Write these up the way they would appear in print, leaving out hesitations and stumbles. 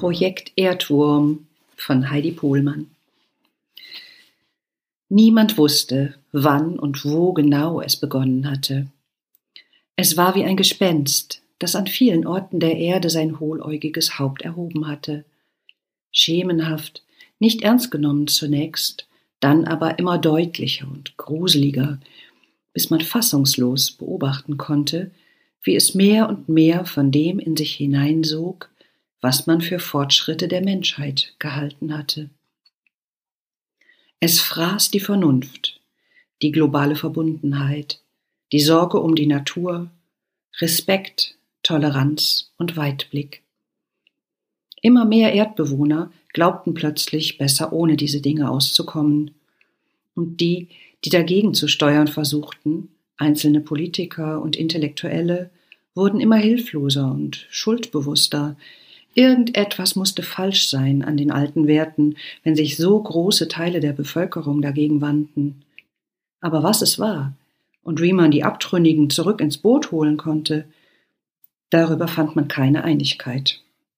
Projekt Erdwurm von Heidi Pohlmann. Niemand wusste, wann und wo genau es begonnen hatte. Es war wie ein Gespenst, das an vielen Orten der Erde sein hohläugiges Haupt erhoben hatte. Schemenhaft, nicht ernst genommen zunächst, dann aber immer deutlicher und gruseliger, bis man fassungslos beobachten konnte, wie es mehr und mehr von dem in sich hineinsog, was man für Fortschritte der Menschheit gehalten hatte. Es fraß die Vernunft, die globale Verbundenheit, die Sorge um die Natur, Respekt, Toleranz und Weitblick. Immer mehr Erdbewohner glaubten plötzlich, besser ohne diese Dinge auszukommen. Und die dagegen zu steuern versuchten, einzelne Politiker und Intellektuelle, wurden immer hilfloser und schuldbewusster. Irgendetwas musste falsch sein an den alten Werten, wenn sich so große Teile der Bevölkerung dagegen wandten. Aber was es war und wie man die Abtrünnigen zurück ins Boot holen konnte, darüber fand man keine Einigkeit.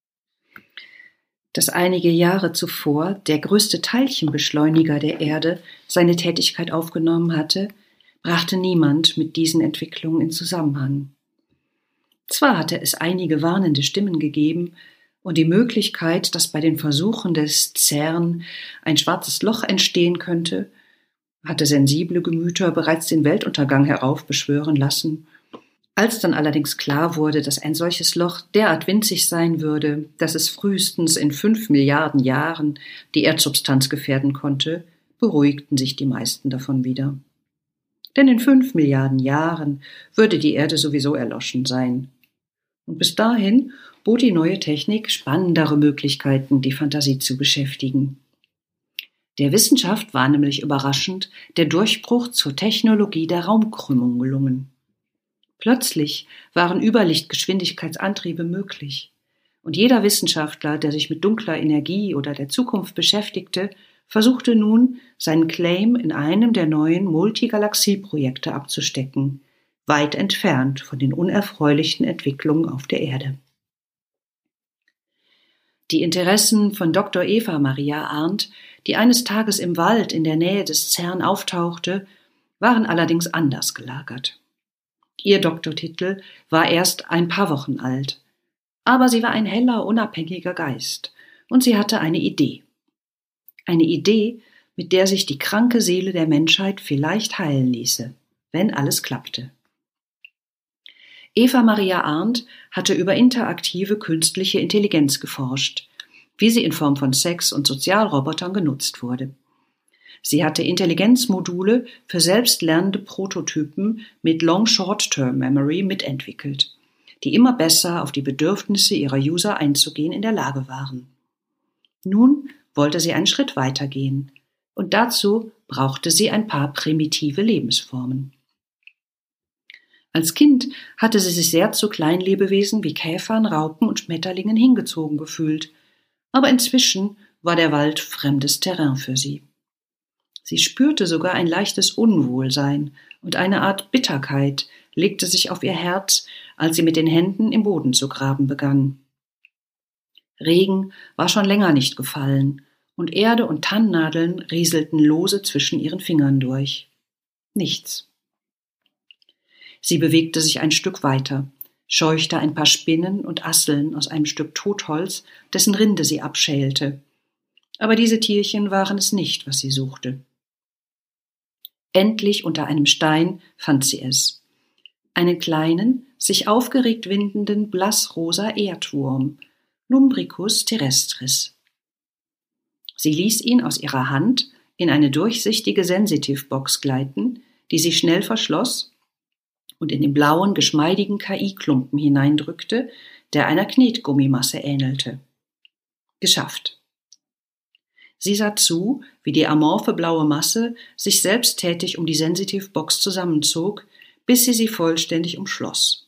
Dass einige Jahre zuvor der größte Teilchenbeschleuniger der Erde seine Tätigkeit aufgenommen hatte, brachte niemand mit diesen Entwicklungen in Zusammenhang. Zwar hatte es einige warnende Stimmen gegeben und die Möglichkeit, dass bei den Versuchen des CERN ein schwarzes Loch entstehen könnte, hatte sensible Gemüter bereits den Weltuntergang heraufbeschwören lassen. Als dann allerdings klar wurde, dass ein solches Loch derart winzig sein würde, dass es frühestens in 5 Milliarden Jahren die Erdsubstanz gefährden konnte, beruhigten sich die meisten davon wieder. Denn in 5 Milliarden Jahren würde die Erde sowieso erloschen sein. Und bis dahin bot die neue Technik spannendere Möglichkeiten, die Fantasie zu beschäftigen. Der Wissenschaft war nämlich überraschend der Durchbruch zur Technologie der Raumkrümmung gelungen. Plötzlich waren Überlichtgeschwindigkeitsantriebe möglich. Und jeder Wissenschaftler, der sich mit dunkler Energie oder der Zukunft beschäftigte, versuchte nun, seinen Claim in einem der neuen Multigalaxie-Projekte abzustecken, weit entfernt von den unerfreulichen Entwicklungen auf der Erde. Die Interessen von Dr. Eva Maria Arndt, die eines Tages im Wald in der Nähe des CERN auftauchte, waren allerdings anders gelagert. Ihr Doktortitel war erst ein paar Wochen alt, aber sie war ein heller, unabhängiger Geist und sie hatte eine Idee. Eine Idee, mit der sich die kranke Seele der Menschheit vielleicht heilen ließe, wenn alles klappte. Eva Maria Arndt hatte über interaktive künstliche Intelligenz geforscht, wie sie in Form von Sex- und Sozialrobotern genutzt wurde. Sie hatte Intelligenzmodule für selbstlernende Prototypen mit Long Short-Term Memory mitentwickelt, die immer besser auf die Bedürfnisse ihrer User einzugehen in der Lage waren. Nun wollte sie einen Schritt weitergehen und dazu brauchte sie ein paar primitive Lebensformen. Als Kind hatte sie sich sehr zu Kleinlebewesen wie Käfern, Raupen und Schmetterlingen hingezogen gefühlt, aber inzwischen war der Wald fremdes Terrain für sie. Sie spürte sogar ein leichtes Unwohlsein und eine Art Bitterkeit legte sich auf ihr Herz, als sie mit den Händen im Boden zu graben begann. Regen war schon länger nicht gefallen und Erde und Tannennadeln rieselten lose zwischen ihren Fingern durch. Nichts. Sie bewegte sich ein Stück weiter, scheuchte ein paar Spinnen und Asseln aus einem Stück Totholz, dessen Rinde sie abschälte. Aber diese Tierchen waren es nicht, was sie suchte. Endlich unter einem Stein fand sie es. Einen kleinen, sich aufgeregt windenden, blassrosa Erdwurm, Lumbricus terrestris. Sie ließ ihn aus ihrer Hand in eine durchsichtige Sensitive-Box gleiten, die sie schnell verschloss und in den blauen, geschmeidigen KI-Klumpen hineindrückte, der einer Knetgummimasse ähnelte. Geschafft. Sie sah zu, wie die amorphe blaue Masse sich selbsttätig um die Sensitive-Box zusammenzog, bis sie vollständig umschloss.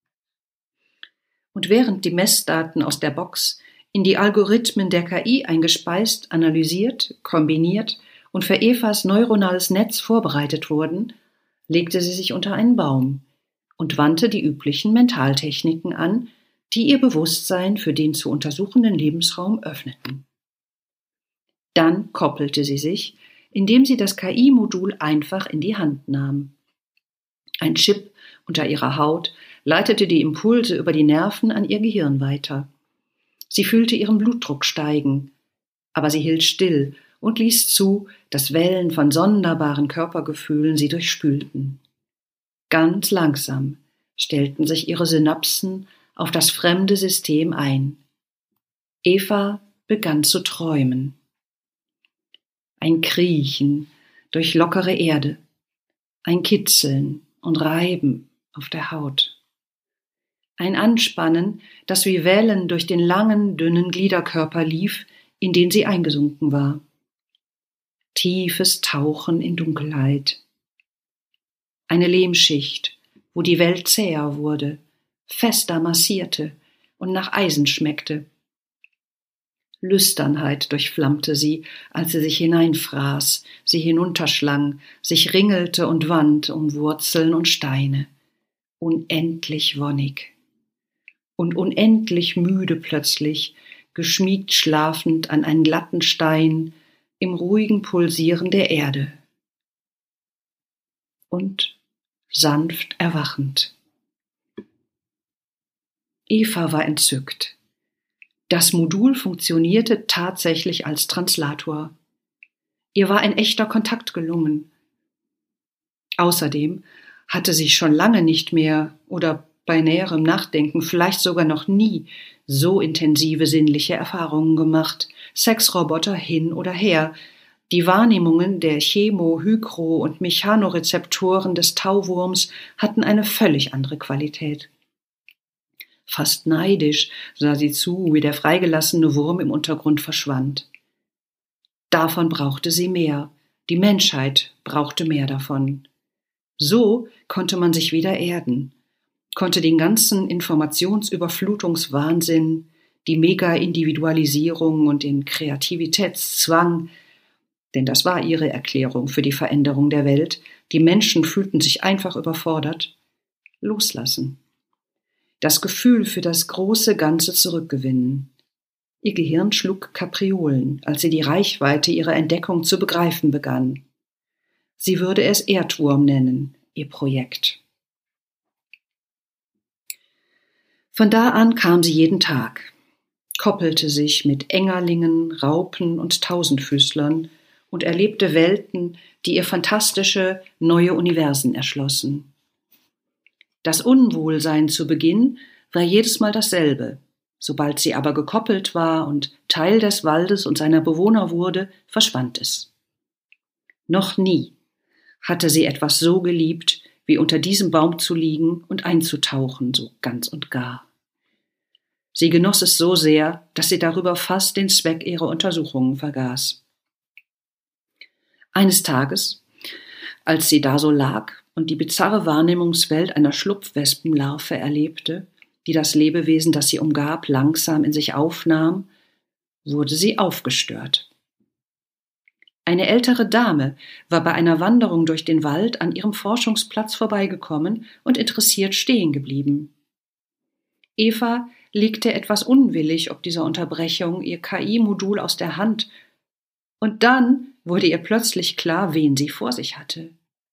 Und während die Messdaten aus der Box in die Algorithmen der KI eingespeist, analysiert, kombiniert und für Evas neuronales Netz vorbereitet wurden, legte sie sich unter einen Baum und wandte die üblichen Mentaltechniken an, die ihr Bewusstsein für den zu untersuchenden Lebensraum öffneten. Dann koppelte sie sich, indem sie das KI-Modul einfach in die Hand nahm. Ein Chip unter ihrer Haut leitete die Impulse über die Nerven an ihr Gehirn weiter. Sie fühlte ihren Blutdruck steigen, aber sie hielt still und ließ zu, dass Wellen von sonderbaren Körpergefühlen sie durchspülten. Ganz langsam stellten sich ihre Synapsen auf das fremde System ein. Eva begann zu träumen. Ein Kriechen durch lockere Erde, ein Kitzeln und Reiben auf der Haut. Ein Anspannen, das wie Wellen durch den langen, dünnen Gliederkörper lief, in den sie eingesunken war. Tiefes Tauchen in Dunkelheit. Eine Lehmschicht, wo die Welt zäher wurde, fester massierte und nach Eisen schmeckte. Lüsternheit durchflammte sie, als sie sich hineinfraß, sie hinunterschlang, sich ringelte und wand um Wurzeln und Steine. Unendlich wonnig. Und unendlich müde plötzlich, geschmiegt schlafend an einen glatten Stein, im ruhigen Pulsieren der Erde. Und sanft erwachend. Eva war entzückt. Das Modul funktionierte tatsächlich als Translator. Ihr war ein echter Kontakt gelungen. Außerdem hatte sie schon lange nicht mehr oder bei näherem Nachdenken vielleicht sogar noch nie so intensive sinnliche Erfahrungen gemacht. Sexroboter hin oder her. Die Wahrnehmungen der Chemo-, Hygro- und Mechanorezeptoren des Tauwurms hatten eine völlig andere Qualität. Fast neidisch sah sie zu, wie der freigelassene Wurm im Untergrund verschwand. Davon brauchte sie mehr. Die Menschheit brauchte mehr davon. So konnte man sich wieder erden, konnte den ganzen Informationsüberflutungswahnsinn, die Mega-Individualisierung und den Kreativitätszwang, denn das war ihre Erklärung für die Veränderung der Welt, die Menschen fühlten sich einfach überfordert, loslassen. Das Gefühl für das große Ganze zurückgewinnen. Ihr Gehirn schlug Kapriolen, als sie die Reichweite ihrer Entdeckung zu begreifen begann. Sie würde es Erdwurm nennen, ihr Projekt. Von da an kam sie jeden Tag, koppelte sich mit Engerlingen, Raupen und Tausendfüßlern und erlebte Welten, die ihr fantastische, neue Universen erschlossen. Das Unwohlsein zu Beginn war jedes Mal dasselbe. Sobald sie aber gekoppelt war und Teil des Waldes und seiner Bewohner wurde, verschwand es. Noch nie hatte sie etwas so geliebt, wie unter diesem Baum zu liegen und einzutauchen, so ganz und gar. Sie genoss es so sehr, dass sie darüber fast den Zweck ihrer Untersuchungen vergaß. Eines Tages, als sie da so lag und die bizarre Wahrnehmungswelt einer Schlupfwespenlarve erlebte, die das Lebewesen, das sie umgab, langsam in sich aufnahm, wurde sie aufgestört. Eine ältere Dame war bei einer Wanderung durch den Wald an ihrem Forschungsplatz vorbeigekommen und interessiert stehen geblieben. Eva legte etwas unwillig ob dieser Unterbrechung ihr KI-Modul aus der Hand, und dann wurde ihr plötzlich klar, wen sie vor sich hatte.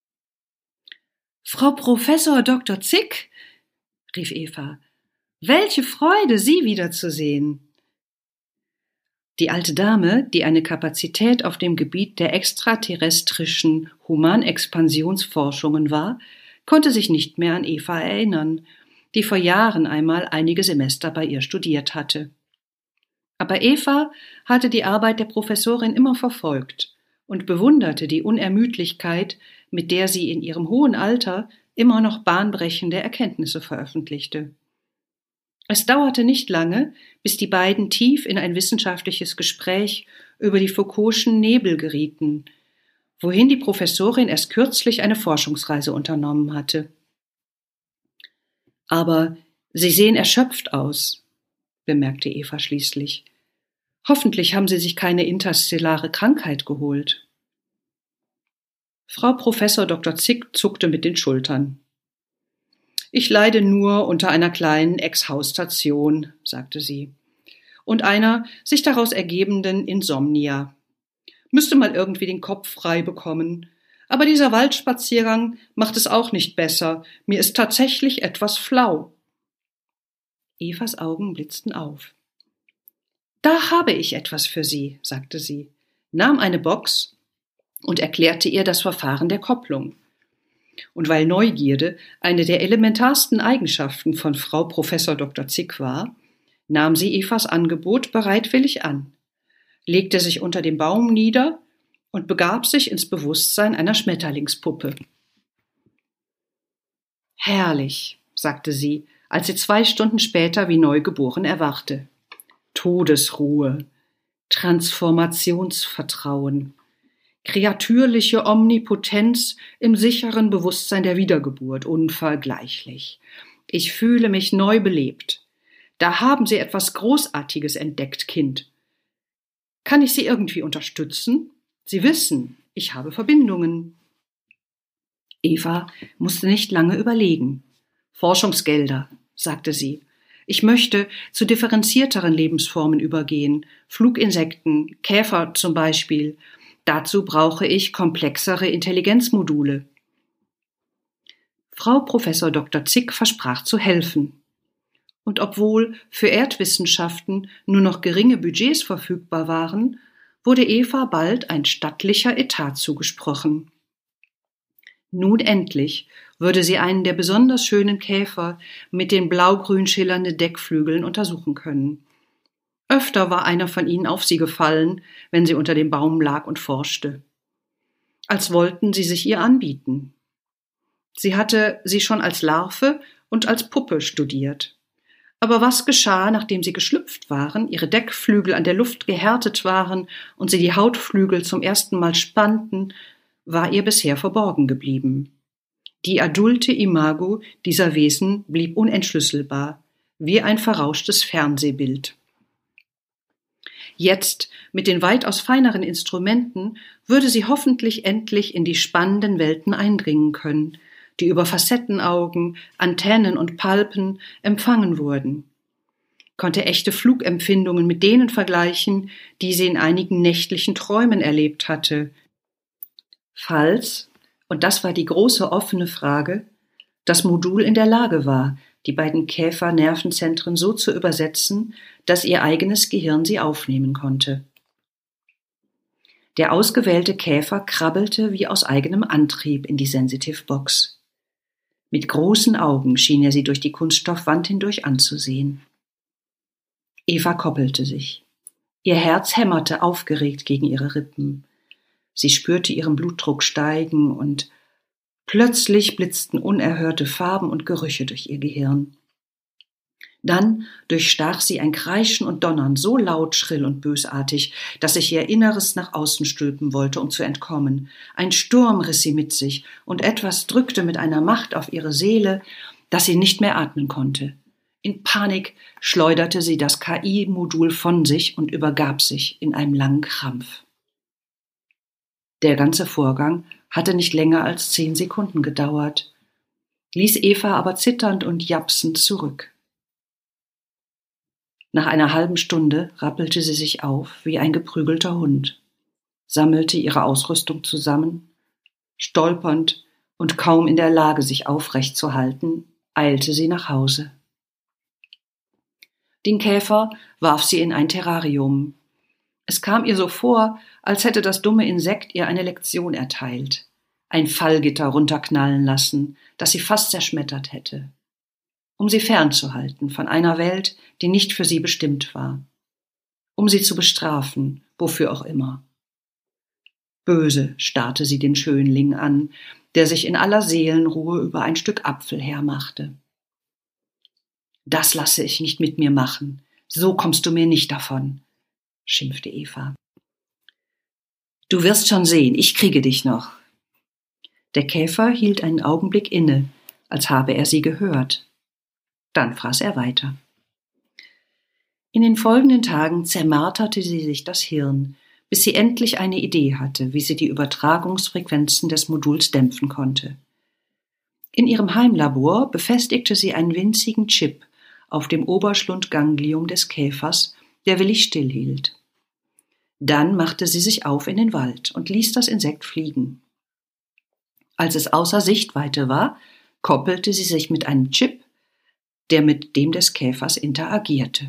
»Frau Professor Dr. Zick«, rief Eva, »welche Freude, Sie wiederzusehen!« Die alte Dame, die eine Kapazität auf dem Gebiet der extraterrestrischen Humanexpansionsforschungen war, konnte sich nicht mehr an Eva erinnern, die vor Jahren einmal einige Semester bei ihr studiert hatte. Aber Eva hatte die Arbeit der Professorin immer verfolgt und bewunderte die Unermüdlichkeit, mit der sie in ihrem hohen Alter immer noch bahnbrechende Erkenntnisse veröffentlichte. Es dauerte nicht lange, bis die beiden tief in ein wissenschaftliches Gespräch über die Foucault'schen Nebel gerieten, wohin die Professorin erst kürzlich eine Forschungsreise unternommen hatte. »Aber Sie sehen erschöpft aus«, bemerkte Eva schließlich. »Hoffentlich haben Sie sich keine interstellare Krankheit geholt.« Frau Professor Dr. Zick zuckte mit den Schultern. Ich leide nur unter einer kleinen Exhaustation, sagte sie, und einer sich daraus ergebenden Insomnia. Müsste mal irgendwie den Kopf frei bekommen. Aber dieser Waldspaziergang macht es auch nicht besser. Mir ist tatsächlich etwas flau. Evas Augen blitzten auf. Da habe ich etwas für Sie, sagte sie, nahm eine Box und erklärte ihr das Verfahren der Kopplung. Und weil Neugierde eine der elementarsten Eigenschaften von Frau Professor Dr. Zick war, nahm sie Evas Angebot bereitwillig an, legte sich unter dem Baum nieder und begab sich ins Bewusstsein einer Schmetterlingspuppe. Herrlich, sagte sie, als sie 2 Stunden später wie neugeboren erwachte. Todesruhe, Transformationsvertrauen, kreatürliche Omnipotenz im sicheren Bewusstsein der Wiedergeburt, unvergleichlich. Ich fühle mich neu belebt. Da haben Sie etwas Großartiges entdeckt, Kind. Kann ich Sie irgendwie unterstützen? Sie wissen, ich habe Verbindungen. Eva musste nicht lange überlegen. Forschungsgelder, sagte sie. Ich möchte zu differenzierteren Lebensformen übergehen, Fluginsekten, Käfer zum Beispiel. Dazu brauche ich komplexere Intelligenzmodule. Frau Professor Dr. Zick versprach zu helfen. Und obwohl für Erdwissenschaften nur noch geringe Budgets verfügbar waren, wurde Eva bald ein stattlicher Etat zugesprochen. Nun endlich würde sie einen der besonders schönen Käfer mit den blaugrün schillernden Deckflügeln untersuchen können. Öfter war einer von ihnen auf sie gefallen, wenn sie unter dem Baum lag und forschte. Als wollten sie sich ihr anbieten. Sie hatte sie schon als Larve und als Puppe studiert. Aber was geschah, nachdem sie geschlüpft waren, ihre Deckflügel an der Luft gehärtet waren und sie die Hautflügel zum ersten Mal spannten, war ihr bisher verborgen geblieben. Die adulte Imago dieser Wesen blieb unentschlüsselbar, wie ein verrauschtes Fernsehbild. Jetzt, mit den weitaus feineren Instrumenten, würde sie hoffentlich endlich in die spannenden Welten eindringen können, die über Facettenaugen, Antennen und Palpen empfangen wurden. Konnte echte Flugempfindungen mit denen vergleichen, die sie in einigen nächtlichen Träumen erlebt hatte. Falls, und das war die große offene Frage, das Modul in der Lage war, die beiden Käfer-Nervenzentren so zu übersetzen, dass ihr eigenes Gehirn sie aufnehmen konnte. Der ausgewählte Käfer krabbelte wie aus eigenem Antrieb in die Sensitive Box. Mit großen Augen schien er sie durch die Kunststoffwand hindurch anzusehen. Eva koppelte sich. Ihr Herz hämmerte aufgeregt gegen ihre Rippen. Sie spürte ihren Blutdruck steigen und plötzlich blitzten unerhörte Farben und Gerüche durch ihr Gehirn. Dann durchstach sie ein Kreischen und Donnern so laut, schrill und bösartig, dass sich ihr Inneres nach außen stülpen wollte, um zu entkommen. Ein Sturm riss sie mit sich, und etwas drückte mit einer Macht auf ihre Seele, dass sie nicht mehr atmen konnte. In Panik schleuderte sie das KI-Modul von sich und übergab sich in einem langen Krampf. Der ganze Vorgang hatte nicht länger als 10 Sekunden gedauert, ließ Eva aber zitternd und japsend zurück. Nach einer halben Stunde rappelte sie sich auf wie ein geprügelter Hund, sammelte ihre Ausrüstung zusammen, stolpernd und kaum in der Lage, sich aufrecht zu halten, eilte sie nach Hause. Den Käfer warf sie in ein Terrarium. Es kam ihr so vor, als hätte das dumme Insekt ihr eine Lektion erteilt, ein Fallgitter runterknallen lassen, das sie fast zerschmettert hätte, um sie fernzuhalten von einer Welt, die nicht für sie bestimmt war, um sie zu bestrafen, wofür auch immer. Böse starrte sie den Schönling an, der sich in aller Seelenruhe über ein Stück Apfel hermachte. »Das lasse ich nicht mit mir machen, so kommst du mir nicht davon«, schimpfte Eva. »Du wirst schon sehen, ich kriege dich noch.« Der Käfer hielt einen Augenblick inne, als habe er sie gehört. Dann fraß er weiter. In den folgenden Tagen zermarterte sie sich das Hirn, bis sie endlich eine Idee hatte, wie sie die Übertragungsfrequenzen des Moduls dämpfen konnte. In ihrem Heimlabor befestigte sie einen winzigen Chip auf dem Oberschlundganglium des Käfers, der willig stillhielt. Dann machte sie sich auf in den Wald und ließ das Insekt fliegen. Als es außer Sichtweite war, koppelte sie sich mit einem Chip, der mit dem des Käfers interagierte.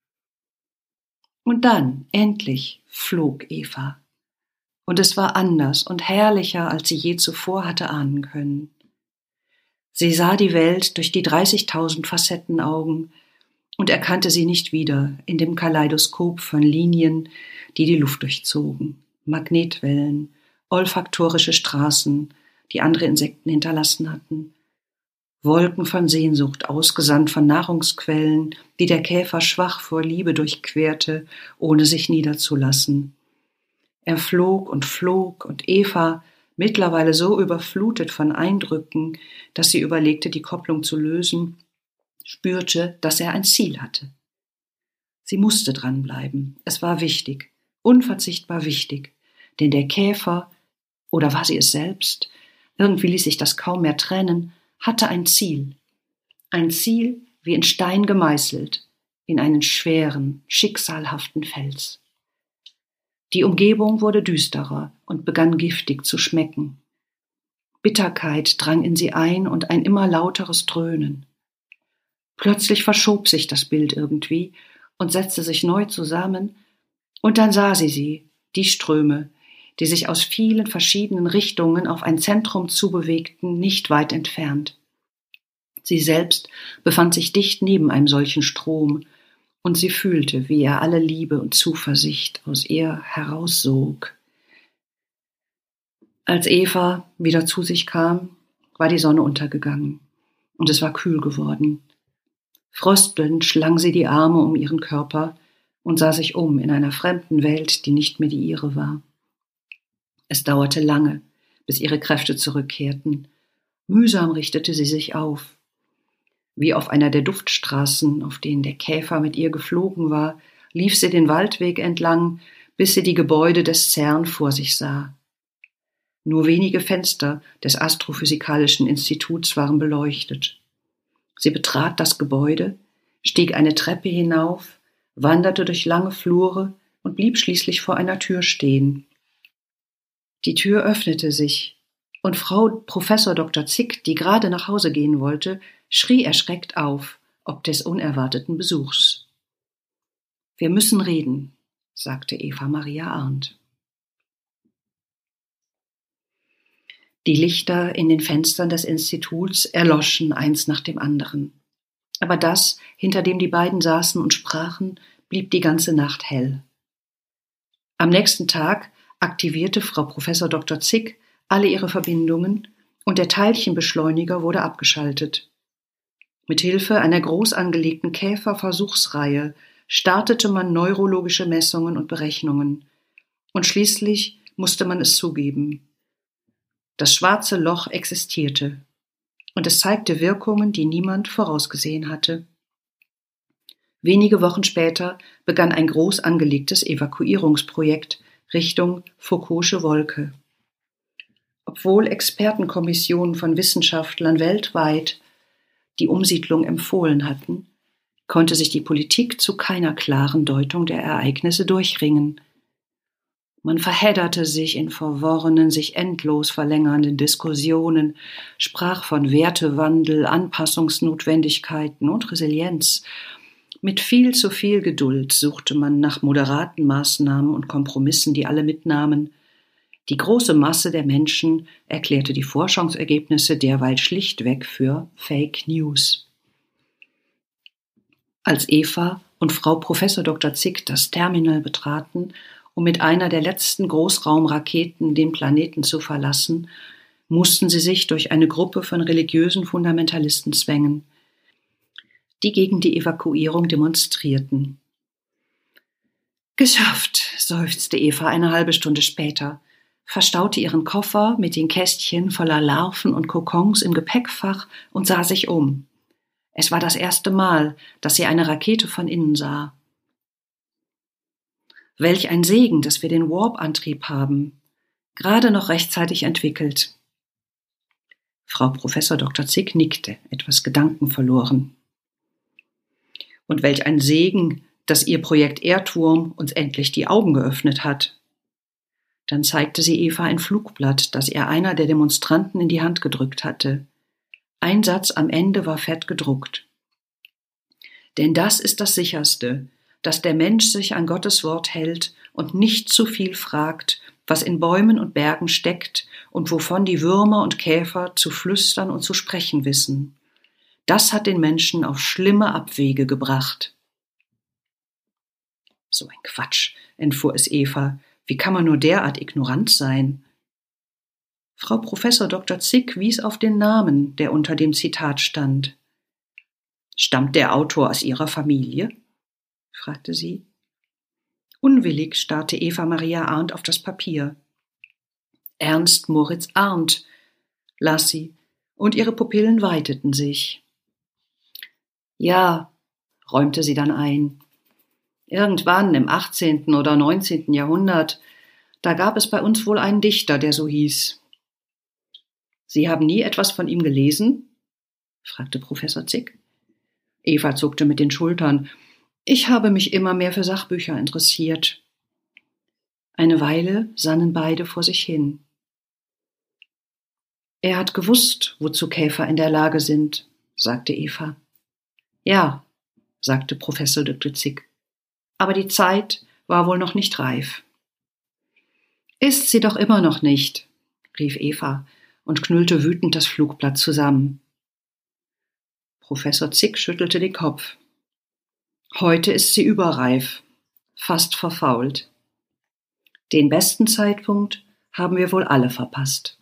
Und dann, endlich, flog Eva. Und es war anders und herrlicher, als sie je zuvor hatte ahnen können. Sie sah die Welt durch die 30.000 Facettenaugen und erkannte sie nicht wieder in dem Kaleidoskop von Linien, die die Luft durchzogen, Magnetwellen, olfaktorische Straßen, die andere Insekten hinterlassen hatten, Wolken von Sehnsucht, ausgesandt von Nahrungsquellen, die der Käfer schwach vor Liebe durchquerte, ohne sich niederzulassen. Er flog und Eva, mittlerweile so überflutet von Eindrücken, dass sie überlegte, die Kopplung zu lösen, spürte, dass er ein Ziel hatte. Sie musste dranbleiben. Es war wichtig, unverzichtbar wichtig, denn der Käfer, oder war sie es selbst, irgendwie ließ sich das kaum mehr trennen, hatte ein Ziel wie in Stein gemeißelt, in einen schweren, schicksalhaften Fels. Die Umgebung wurde düsterer und begann giftig zu schmecken. Bitterkeit drang in sie ein und ein immer lauteres Dröhnen. Plötzlich verschob sich das Bild irgendwie und setzte sich neu zusammen, und dann sah sie, die Ströme, die sich aus vielen verschiedenen Richtungen auf ein Zentrum zubewegten, nicht weit entfernt. Sie selbst befand sich dicht neben einem solchen Strom, und sie fühlte, wie er alle Liebe und Zuversicht aus ihr heraussog. Als Eva wieder zu sich kam, war die Sonne untergegangen, und es war kühl geworden. Fröstelnd schlang sie die Arme um ihren Körper und sah sich um in einer fremden Welt, die nicht mehr die ihre war. Es dauerte lange, bis ihre Kräfte zurückkehrten. Mühsam richtete sie sich auf. Wie auf einer der Duftstraßen, auf denen der Käfer mit ihr geflogen war, lief sie den Waldweg entlang, bis sie die Gebäude des CERN vor sich sah. Nur wenige Fenster des Astrophysikalischen Instituts waren beleuchtet. Sie betrat das Gebäude, stieg eine Treppe hinauf, wanderte durch lange Flure und blieb schließlich vor einer Tür stehen. Die Tür öffnete sich, und Frau Professor Dr. Zick, die gerade nach Hause gehen wollte, schrie erschreckt auf, ob des unerwarteten Besuchs. »Wir müssen reden«, sagte Eva Maria Arndt. Die Lichter in den Fenstern des Instituts erloschen eins nach dem anderen. Aber das, hinter dem die beiden saßen und sprachen, blieb die ganze Nacht hell. Am nächsten Tag aktivierte Frau Professor Dr. Zick alle ihre Verbindungen und der Teilchenbeschleuniger wurde abgeschaltet. Mit Hilfe einer groß angelegten Käferversuchsreihe startete man neurologische Messungen und Berechnungen. Und schließlich musste man es zugeben. Das schwarze Loch existierte. Und es zeigte Wirkungen, die niemand vorausgesehen hatte. Wenige Wochen später begann ein groß angelegtes Evakuierungsprojekt Richtung Foucault'sche Wolke. Obwohl Expertenkommissionen von Wissenschaftlern weltweit die Umsiedlung empfohlen hatten, konnte sich die Politik zu keiner klaren Deutung der Ereignisse durchringen. Man verhedderte sich in verworrenen, sich endlos verlängernden Diskussionen, sprach von Wertewandel, Anpassungsnotwendigkeiten und Resilienz. Mit viel zu viel Geduld suchte man nach moderaten Maßnahmen und Kompromissen, die alle mitnahmen. Die große Masse der Menschen erklärte die Forschungsergebnisse derweil schlichtweg für Fake News. Als Eva und Frau Professor Dr. Zick das Terminal betraten, um mit einer der letzten Großraumraketen den Planeten zu verlassen, mussten sie sich durch eine Gruppe von religiösen Fundamentalisten zwängen, die gegen die Evakuierung demonstrierten. »Geschafft«, seufzte Eva eine halbe Stunde später, verstaute ihren Koffer mit den Kästchen voller Larven und Kokons im Gepäckfach und sah sich um. Es war das erste Mal, dass sie eine Rakete von innen sah. Welch ein Segen, dass wir den Warp-Antrieb haben, gerade noch rechtzeitig entwickelt. Frau Professor Dr. Zick nickte, etwas gedankenverloren. Und welch ein Segen, dass Ihr Projekt Erdwurm uns endlich die Augen geöffnet hat. Dann zeigte sie Eva ein Flugblatt, das ihr einer der Demonstranten in die Hand gedrückt hatte. Ein Satz am Ende war fett gedruckt. Denn das ist das Sicherste, dass der Mensch sich an Gottes Wort hält und nicht zu viel fragt, was in Bäumen und Bergen steckt und wovon die Würmer und Käfer zu flüstern und zu sprechen wissen. Das hat den Menschen auf schlimme Abwege gebracht. So ein Quatsch, entfuhr es Eva. Wie kann man nur derart ignorant sein? Frau Professor Dr. Zick wies auf den Namen, der unter dem Zitat stand. Stammt der Autor aus Ihrer Familie? Fragte sie. Unwillig starrte Eva Maria Arndt auf das Papier. Ernst Moritz Arndt, las sie, und ihre Pupillen weiteten sich. Ja, räumte sie dann ein. Irgendwann im 18. oder 19. Jahrhundert, da gab es bei uns wohl einen Dichter, der so hieß. Sie haben nie etwas von ihm gelesen? Fragte Professor Zick. Eva zuckte mit den Schultern. Ich habe mich immer mehr für Sachbücher interessiert. Eine Weile sannen beide vor sich hin. Er hat gewusst, wozu Käfer in der Lage sind, sagte Eva. Ja, sagte Professor Dr. Zick. Aber die Zeit war wohl noch nicht reif. Ist sie doch immer noch nicht, rief Eva und knüllte wütend das Flugblatt zusammen. Professor Zick schüttelte den Kopf. Heute ist sie überreif, fast verfault. Den besten Zeitpunkt haben wir wohl alle verpasst.